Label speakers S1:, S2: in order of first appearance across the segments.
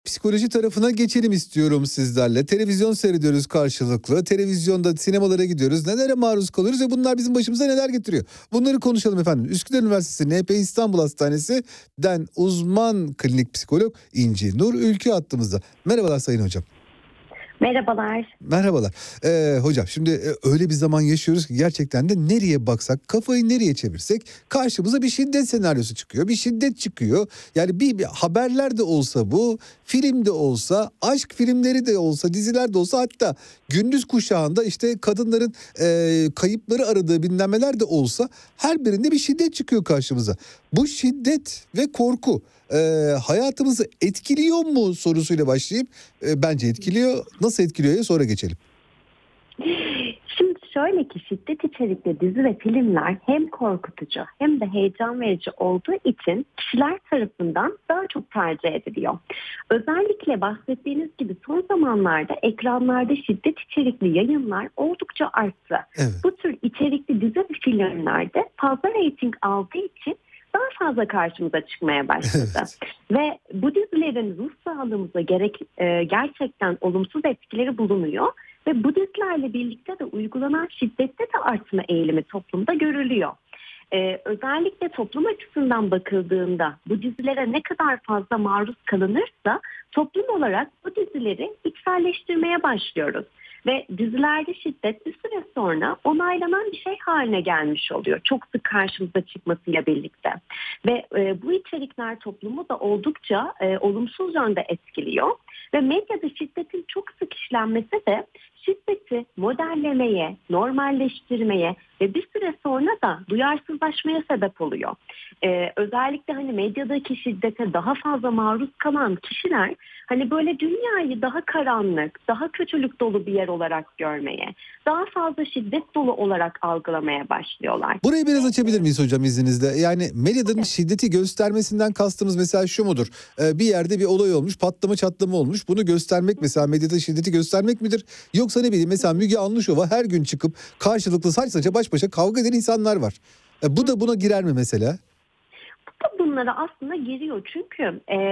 S1: Psikoloji tarafına geçelim istiyorum sizlerle. Televizyon seyrediyoruz karşılıklı. Televizyonda sinemalara gidiyoruz. Nelere maruz kalıyoruz ve bunlar bizim başımıza neler getiriyor? Bunları konuşalım efendim. Üsküdar Üniversitesi NP İstanbul Hastanesi'den uzman klinik psikolog İnci Nur Ülkü hattımızda. Merhabalar Sayın Hocam.
S2: Merhabalar.
S1: Merhabalar. Hocam şimdi öyle bir zaman yaşıyoruz ki gerçekten de nereye baksak, kafayı nereye çevirsek karşımıza bir şiddet senaryosu çıkıyor. Bir şiddet çıkıyor. Yani bir haberler de olsa bu, film de olsa, aşk filmleri de olsa, diziler de olsa, hatta gündüz kuşağında işte kadınların kayıpları aradığı bilmemler de olsa her birinde bir şiddet çıkıyor karşımıza. Bu şiddet ve korku hayatımızı etkiliyor mu sorusuyla başlayayım. Bence etkiliyor. Nasıl etkiliyor sonra geçelim.
S2: Şimdi şöyle ki şiddet içerikli dizi ve filmler hem korkutucu hem de heyecan verici olduğu için kişiler tarafından daha çok tercih ediliyor. Özellikle bahsettiğiniz gibi son zamanlarda ekranlarda şiddet içerikli yayınlar oldukça arttı.
S1: Evet.
S2: Bu tür içerikli dizi ve filmlerde fazla reyting aldığı için daha fazla karşımıza çıkmaya başladı.
S1: Evet.
S2: Ve bu dizilerin ruh sağlığımıza gerçekten olumsuz etkileri bulunuyor. Ve bu dizilerle birlikte de uygulanan şiddette de artma eğilimi toplumda görülüyor. Özellikle toplum açısından bakıldığında bu dizilere ne kadar fazla maruz kalınırsa toplum olarak bu dizileri içselleştirmeye başlıyoruz. Ve dizilerde şiddet bir süre sonra onaylanan bir şey haline gelmiş oluyor. Çok sık karşımıza çıkmasıyla birlikte. Ve bu içerikler toplumu da oldukça olumsuz yönde etkiliyor. Ve medyada şiddetin çok sık işlenmesi de şiddeti modellemeye, normalleştirmeye ve bir süre sonra da duyarsızlaşmaya sebep oluyor. Özellikle hani medyadaki şiddete daha fazla maruz kalan kişiler hani böyle dünyayı daha karanlık, daha kötülük dolu bir yer olarak görmeye, daha fazla şiddet dolu olarak algılamaya başlıyorlar.
S1: Burayı biraz açabilir miyiz hocam izninizle? Yani medyanın şiddeti göstermesinden kastımız mesela şu mudur? Bir yerde bir olay olmuş, patlama çatlama olmuş. Bunu göstermek mesela medyada şiddeti göstermek midir? Yoksa ne bileyim mesela Müge Anlı her gün çıkıp karşılıklı saç saça baş başa kavga eden insanlar var. Bu da buna girer mi mesela?
S2: Bunlara aslında giriyor çünkü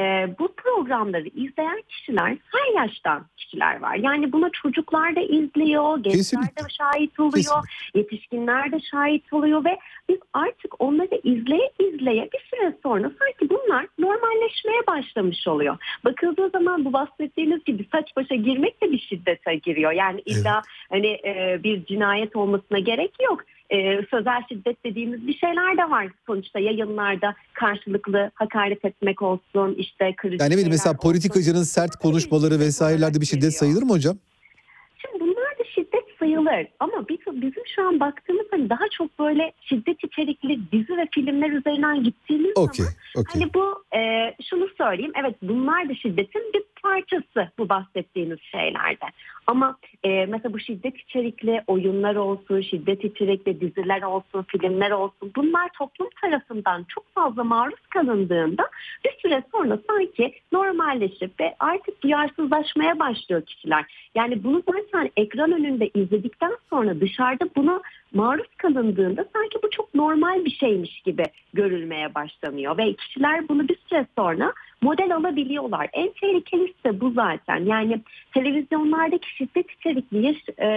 S2: bu programları izleyen kişiler her yaştan kişiler var. Yani buna çocuklar da izliyor, gençler de şahit oluyor,
S1: Kesinlikle.
S2: yetişkinler de şahit oluyor ve biz artık onları izleye izleye bir süre sonra sanki bunlar normalleşmeye başlamış oluyor. Bakıldığı zaman bu bahsettiğiniz gibi saç başa girmek de bir şiddete giriyor. Yani illa hani bir cinayet olmasına gerek yok. Sözel şiddet dediğimiz bir şeyler de var sonuçta yayınlarda karşılıklı hakaret etmek olsun işte kırıcı
S1: yani
S2: şeyler
S1: mesela
S2: olsun.
S1: politikacının sert konuşmaları vesairelerde bir şiddet sayılır mı hocam?
S2: Şimdi bunlar da şiddet sayılır ama bizim şu an baktığımız hani daha çok böyle şiddet içerikli dizi ve filmler üzerinden gittiğimiz zaman hani bu şunu söyleyeyim, evet bunlar da şiddetin bir parçası bu bahsettiğimiz şeylerde. Ama mesela bu şiddet içerikli oyunlar olsun, şiddet içerikli diziler olsun, filmler olsun bunlar toplum tarafından çok fazla maruz kalındığında bir süre sonra sanki normalleşip ve artık duyarsızlaşmaya başlıyor kişiler. Yani bunu zaten ekran önünde izledikten sonra dışarıda buna maruz kalındığında sanki bu çok normal bir şeymiş gibi görülmeye başlanıyor ve kişiler bunu bir süre sonra model alabiliyorlar. En tehlikelisi de bu zaten. Yani televizyonlardaki şiddet içerikli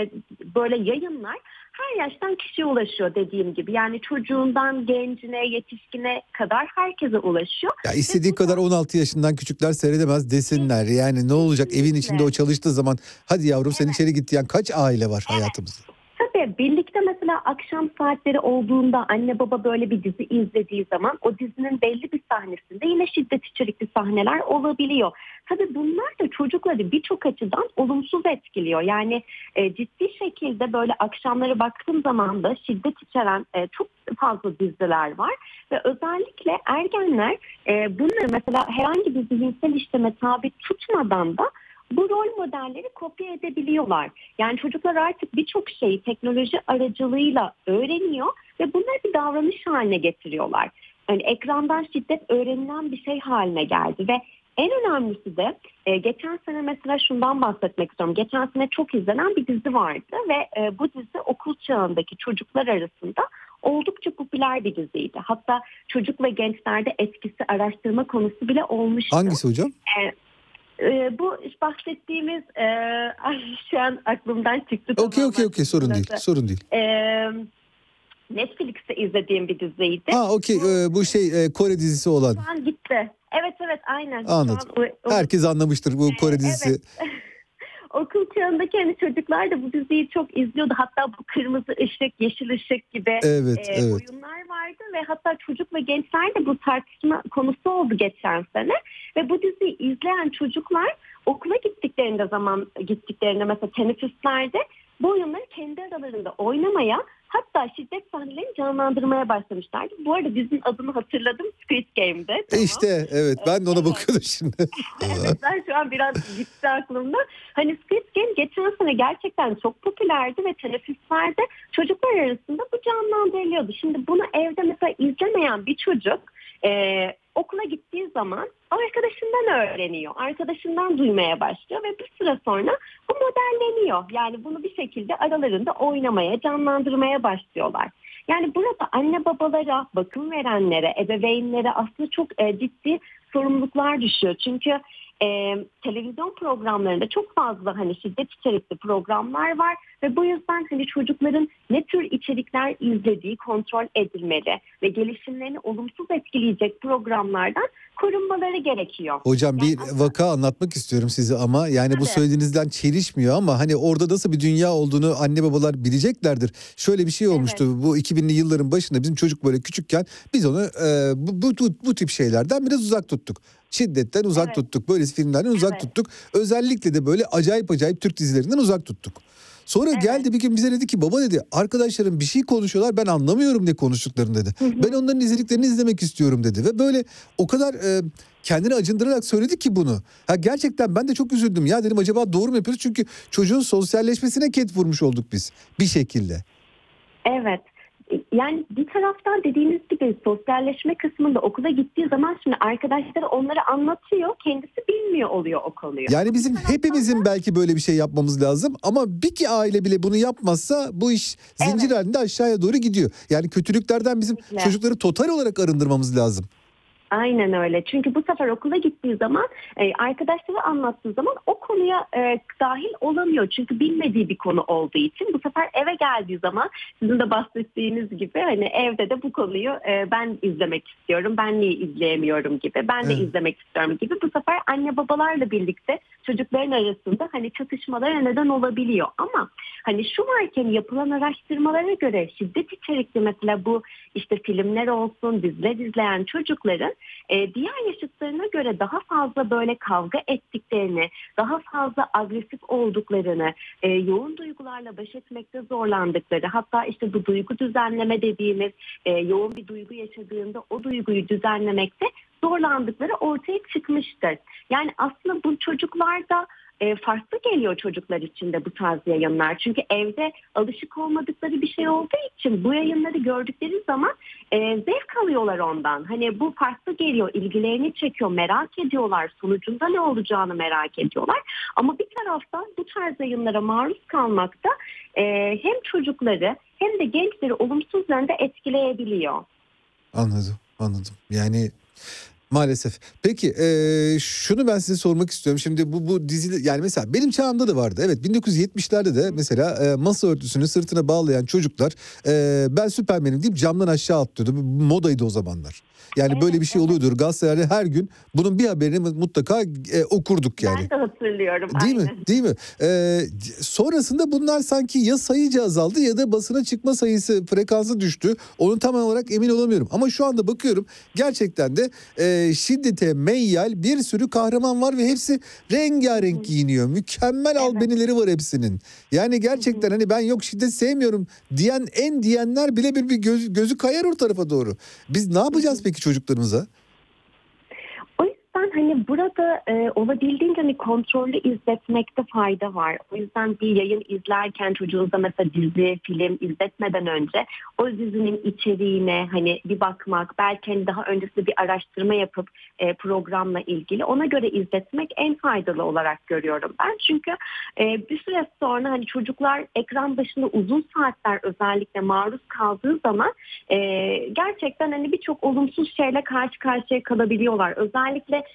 S2: böyle yayınlar her yaştan kişiye ulaşıyor dediğim gibi. Yani çocuğundan gencine, yetişkine kadar herkese ulaşıyor.
S1: Ya istediği kadar 16 yaşından küçükler seyredemez desinler. Yani ne olacak evin içinde o çalıştığı zaman hadi yavrum sen içeri git diyen kaç aile var hayatımızda?
S2: Tabii birlikte mesela akşam saatleri olduğunda anne baba böyle bir dizi izlediği zaman o dizinin belli bir sahnesinde yine şiddet içerikli sahneler olabiliyor. Tabii bunlar da çocukları birçok açıdan olumsuz etkiliyor. Yani ciddi şekilde böyle akşamları baktığım zaman da şiddet içeren çok fazla diziler var. Ve özellikle ergenler bunları mesela herhangi bir zihinsel işleme tabi tutmadan da bu rol modelleri kopya edebiliyorlar. Yani çocuklar artık birçok şeyi teknoloji aracılığıyla öğreniyor ve bunları bir davranış haline getiriyorlar. Yani ekrandan şiddet öğrenilen bir şey haline geldi ve en önemlisi de geçen sene mesela şundan bahsetmek istiyorum. Geçen sene çok izlenen bir dizi vardı ve bu dizi okul çağındaki çocuklar arasında oldukça popüler bir diziydi. Hatta çocuk ve gençlerde etkisi araştırma konusu bile olmuştu.
S1: Hangisi hocam?
S2: Bu bahsettiğimiz ay şu an aklımdan çıktı.
S1: Okey, sorun değil, sorun değil.
S2: Netflix'te izlediğim bir diziydi.
S1: Okey, bu Kore dizisi olan.
S2: Şu an gitti. Evet aynen.
S1: Anladım. Herkes anlamıştır bu Kore dizisi.
S2: Evet. Okul çağındaki hani çocuklar da bu diziyi çok izliyordu. Hatta bu kırmızı ışık, yeşil ışık gibi
S1: Evet.
S2: oyunlar vardı ve hatta çocuk ve gençler de bu tartışma konusu oldu geçen sene. Ve bu diziyi izleyen çocuklar okula gittiklerinde mesela teneffüslerde bu oyunları kendi aralarında oynamaya, hatta şiddet sahnelerini canlandırmaya başlamışlardı. Bu arada dizinin adını hatırladım, Squid Game'de. Tamam.
S1: İşte evet, ben de ona bakıyordum şimdi.
S2: Evet, ben şu an biraz gitti aklımda. Hani Squid Game geçen sene gerçekten çok popülerdi ve teneffüslerde çocuklar arasında bu canlandırılıyordu. Şimdi bunu evde mesela izlemeyen bir çocuk okula gittiği zaman arkadaşından öğreniyor. Arkadaşından duymaya başlıyor ve bir süre sonra bu modelleniyor. Yani bunu bir şekilde aralarında oynamaya, canlandırmaya başlıyorlar. Yani burada anne babalara, bakım verenlere, ebeveynlere aslında çok ciddi sorumluluklar düşüyor. Çünkü televizyon programlarında çok fazla hani şiddet içerikli programlar var ve bu yüzden hani çocukların ne tür içerikler izlediği kontrol edilmeli ve gelişimlerini olumsuz etkileyecek programlardan korunmaları gerekiyor.
S1: Hocam bir vaka anlatmak istiyorum size ama yani bu söylediğinizden çelişmiyor ama hani orada nasıl bir dünya olduğunu anne babalar bileceklerdir. Şöyle bir şey olmuştu bu 2000'li yılların başında, bizim çocuk böyle küçükken biz onu bu tip şeylerden biraz uzak tuttuk. Şiddetten uzak tuttuk. Böyle filmlerden uzak tuttuk. Özellikle de böyle acayip Türk dizilerinden uzak tuttuk. Sonra geldi bir gün bize dedi ki baba dedi, arkadaşlarım bir şey konuşuyorlar, ben anlamıyorum ne konuştuklarını dedi. Ben onların izlediklerini izlemek istiyorum dedi ve böyle o kadar kendini acındırarak söyledi ki bunu. Gerçekten ben de çok üzüldüm ya, dedim acaba doğru mu yapıyoruz? Çünkü çocuğun sosyalleşmesine ket vurmuş olduk biz bir şekilde.
S2: Evet. Yani bir taraftan dediğiniz gibi sosyalleşme kısmında okula gittiği zaman şimdi arkadaşları onları anlatıyor, kendisi bilmiyor oluyor o konuyu.
S1: Yani bizim hepimizin belki böyle bir şey yapmamız lazım ama bir ki aile bile bunu yapmazsa bu iş zincir halinde aşağıya doğru gidiyor. Yani kötülüklerden bizim çocukları total olarak arındırmamız lazım.
S2: Aynen öyle. Çünkü bu sefer okula gittiği zaman arkadaşları anlattığı zaman o konuya dahil olamıyor. Çünkü bilmediği bir konu olduğu için bu sefer eve geldiği zaman sizin de bahsettiğiniz gibi hani evde de bu konuyu ben izlemek istiyorum, ben niye izleyemiyorum gibi, ben de izlemek istiyorum gibi bu sefer anne babalarla birlikte çocukların arasında hani çatışmalara neden olabiliyor. Ama hani şu varken yapılan araştırmalara göre şiddet içerikli mesela bu işte filmler olsun, diziler izleyen çocukların diğer yaşıtlarına göre daha fazla böyle kavga ettiklerini, daha fazla agresif olduklarını, yoğun duygularla baş etmekte zorlandıkları, hatta işte bu duygu düzenleme dediğimiz yoğun bir duygu yaşadığında o duyguyu düzenlemekte zorlandıkları ortaya çıkmıştır. Yani aslında bu çocuklarda farklı geliyor çocuklar için de bu tarz yayınlar. Çünkü evde alışık olmadıkları bir şey olduğu için bu yayınları gördükleri zaman zevk alıyorlar ondan. Hani bu farklı geliyor, ilgilerini çekiyor, merak ediyorlar, sonucunda ne olacağını merak ediyorlar. Ama bir taraftan bu tarz yayınlara maruz kalmak da hem çocukları hem de gençleri olumsuz yönde etkileyebiliyor.
S1: Anladım. Yani maalesef. Peki şunu ben size sormak istiyorum. Şimdi bu dizi, yani mesela benim çağımda da vardı. Evet, 1970'lerde de mesela masa örtüsünü sırtına bağlayan çocuklar ben Süpermen'im deyip camdan aşağı atlıyordu. Bu modaydı o zamanlar. Yani böyle bir şey oluyordur. Gazetelerde her gün bunun bir haberini mutlaka okurduk yani.
S2: Ben de hatırlıyorum.
S1: Değil
S2: aynen.
S1: mi? Değil mi? Sonrasında bunlar sanki ya sayıca azaldı ya da basına çıkma sayısı, frekansı düştü. Onu tam olarak emin olamıyorum. Ama şu anda bakıyorum gerçekten de şiddete meyyal bir sürü kahraman var ve hepsi rengarenk giyiniyor. Mükemmel albenileri var hepsinin. Yani gerçekten hani ben yok şiddet sevmiyorum diyenler bile bir gözü kayar o tarafa doğru. Biz ne yapacağız peki çocuklarımıza?
S2: O yüzden hani burada olabildiğince hani kontrollü izletmekte fayda var. O yüzden bir yayın izlerken çocuğunuza mesela dizi, film izletmeden önce o dizinin içeriğine hani bir bakmak, belki hani daha öncesinde bir araştırma yapıp programla ilgili ona göre izletmek en faydalı olarak görüyorum ben. Çünkü bir süre sonra hani çocuklar ekran başında uzun saatler özellikle maruz kaldığı zaman gerçekten hani birçok olumsuz şeyle karşı karşıya kalabiliyorlar. Özellikle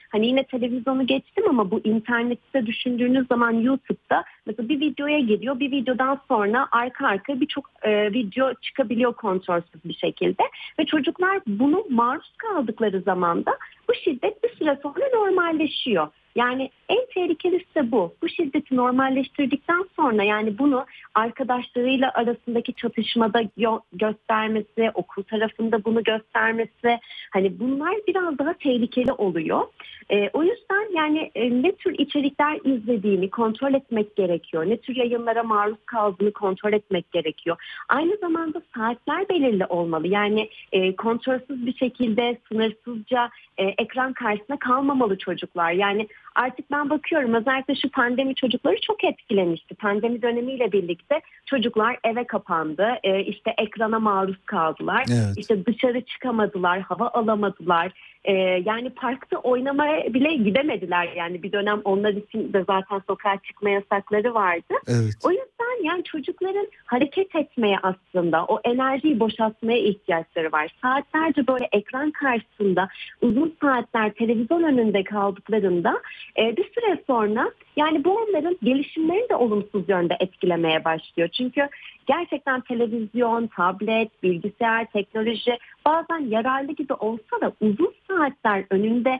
S2: hani yine televizyonu geçtim ama bu internette düşündüğünüz zaman YouTube'da mesela bir videoya giriyor. Bir videodan sonra arka arkaya birçok video çıkabiliyor kontrolsüz bir şekilde. Ve çocuklar bunu maruz kaldıkları zaman da bu şiddet bir süre sonra normalleşiyor. Yani en tehlikelisi de bu. Bu şiddeti normalleştirdikten sonra yani bunu arkadaşlarıyla arasındaki çatışmada göstermesi, okul tarafında bunu göstermesi, hani bunlar biraz daha tehlikeli oluyor. O yüzden yani ne tür içerikler izlediğini kontrol etmek gerekiyor. Ne tür yayınlara maruz kaldığını kontrol etmek gerekiyor. Aynı zamanda saatler belirli olmalı. Yani kontrolsüz bir şekilde sınırsızca ekran karşısında kalmamalı çocuklar. Yani artık ben bakıyorum özellikle şu pandemi çocukları çok etkilemişti. Pandemi dönemiyle birlikte çocuklar eve kapandı. İşte ekrana maruz kaldılar.
S1: Evet.
S2: İşte dışarı çıkamadılar, hava alamadılar. Yani parkta oynamaya bile gidemediler. Yani bir dönem onlar için de zaten sokağa çıkma yasakları vardı.
S1: Evet.
S2: O yüzden yani çocukların hareket etmeye aslında o enerjiyi boşaltmaya ihtiyaçları var. Saatlerce böyle ekran karşısında uzun saatler televizyon önünde kaldıklarında bir süre sonra yani bu onların gelişimlerini de olumsuz yönde etkilemeye başlıyor. Çünkü gerçekten televizyon, tablet, bilgisayar, teknoloji bazen yararlı gibi olsa da uzun saatler önünde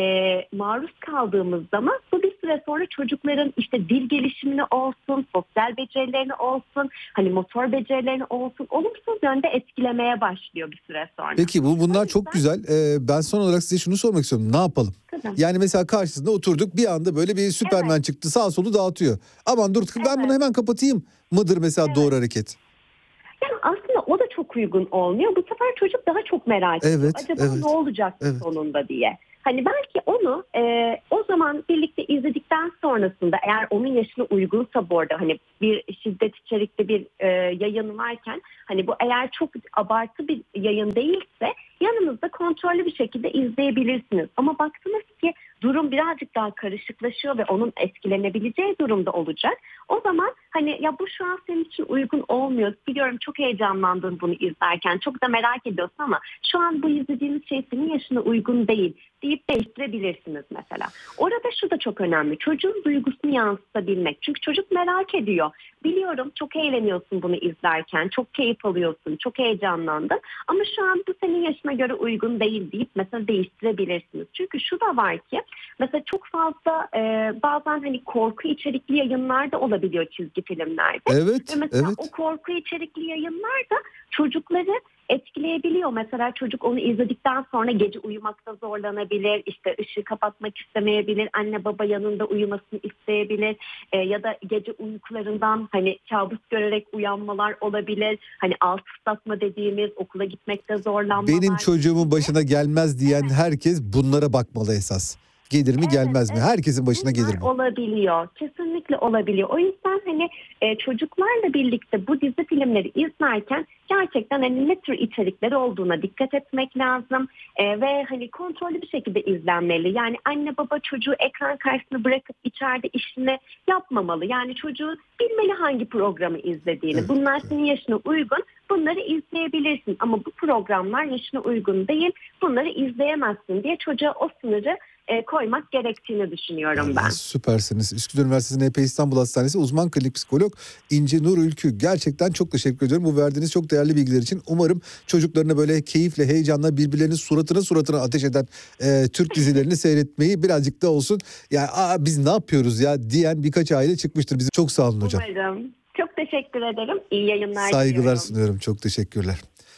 S2: maruz kaldığımız zaman bu bir süre sonra çocukların işte dil gelişimini olsun, sosyal becerilerini olsun, hani motor becerilerini olsun olumsuz yönde etkilemeye başlıyor bir süre sonra.
S1: Peki bunlar çok güzel. Ben son olarak size şunu sormak istiyorum. Ne yapalım?
S2: Tabii.
S1: Yani mesela karşısında oturduk, bir anda böyle bir Süpermen çıktı, sağ solu dağıtıyor. Aman dur, ben bunu hemen kapatayım mıdır mesela doğru hareket?
S2: Yani aslında o da çok uygun olmuyor. Bu sefer çocuk daha çok merak ediyor. Acaba ne olacak sonunda diye. Hani belki onu o zaman birlikte izledikten sonrasında eğer onun yaşına uygunsa bu arada hani bir şiddet içerikli bir yayın varken hani bu eğer çok abartı bir yayın değilse yanınızda kontrollü bir şekilde izleyebilirsiniz. Ama baktınız ki durum birazcık daha karışıklaşıyor ve onun etkilenebileceği durumda olacak. O zaman hani ya bu şu an senin için uygun olmuyor. Biliyorum çok heyecanlandın bunu izlerken. Çok da merak ediyorsun ama şu an bu izlediğiniz şey senin yaşına uygun değil deyip değiştirebilirsiniz mesela. Orada şu da çok önemli. Çocuğun duygusunu yansıtabilmek. Çünkü çocuk merak ediyor. Biliyorum çok eğleniyorsun bunu izlerken. Çok keyif alıyorsun. Çok heyecanlandın. Ama şu an bu senin yaşına göre uygun değil deyip mesela değiştirebilirsiniz. Çünkü şu da var ki mesela çok fazla bazen hani korku içerikli yayınlar da olabiliyor çizgi filmlerde.
S1: Evet.
S2: Ve mesela o korku içerikli yayınlar da çocukları etkileyebiliyor. Mesela çocuk onu izledikten sonra gece uyumakta zorlanabilir. İşte ışığı kapatmak istemeyebilir. Anne baba yanında uyumasını isteyebilir. Ya da gece uykularından hani kabus görerek uyanmalar olabilir. Hani alt ıslatma dediğimiz okula gitmekte zorlanmalar.
S1: Benim çocuğumun başına gelmez diyen herkes bunlara bakmalı esas. Gelir mi gelmez mi? Herkesin başına gelir bu.
S2: Olabiliyor. Kesinlikle olabiliyor. O yüzden hani çocuklarla birlikte bu dizi filmleri izlerken gerçekten hani ne tür içerikleri olduğuna dikkat etmek lazım. Ve hani kontrollü bir şekilde izlenmeli. Yani anne baba çocuğu ekran karşısına bırakıp içeride işini yapmamalı. Yani çocuğu bilmeli hangi programı izlediğini.
S1: Evet.
S2: Bunlar senin yaşına uygun. Bunları izleyebilirsin ama bu programlar yaşına uygun değil. Bunları izleyemezsin diye çocuğa o sınırı koymak gerektiğini düşünüyorum ben.
S1: Süpersiniz. Üsküdar Üniversitesi NP İstanbul Hastanesi uzman klinik psikolog İnci Nur Ülkü. Gerçekten çok teşekkür ediyorum bu verdiğiniz çok değerli bilgiler için. Umarım çocuklarına böyle keyifle, heyecanla birbirlerinin suratına ateş eden Türk dizilerini seyretmeyi birazcık da olsun ya biz ne yapıyoruz ya diyen birkaç aile çıkmıştır. Bize çok sağ olun hocam.
S2: Umarım. Çok teşekkür ederim. İyi yayınlar
S1: Saygılar
S2: diliyorum.
S1: sunuyorum. Çok teşekkürler.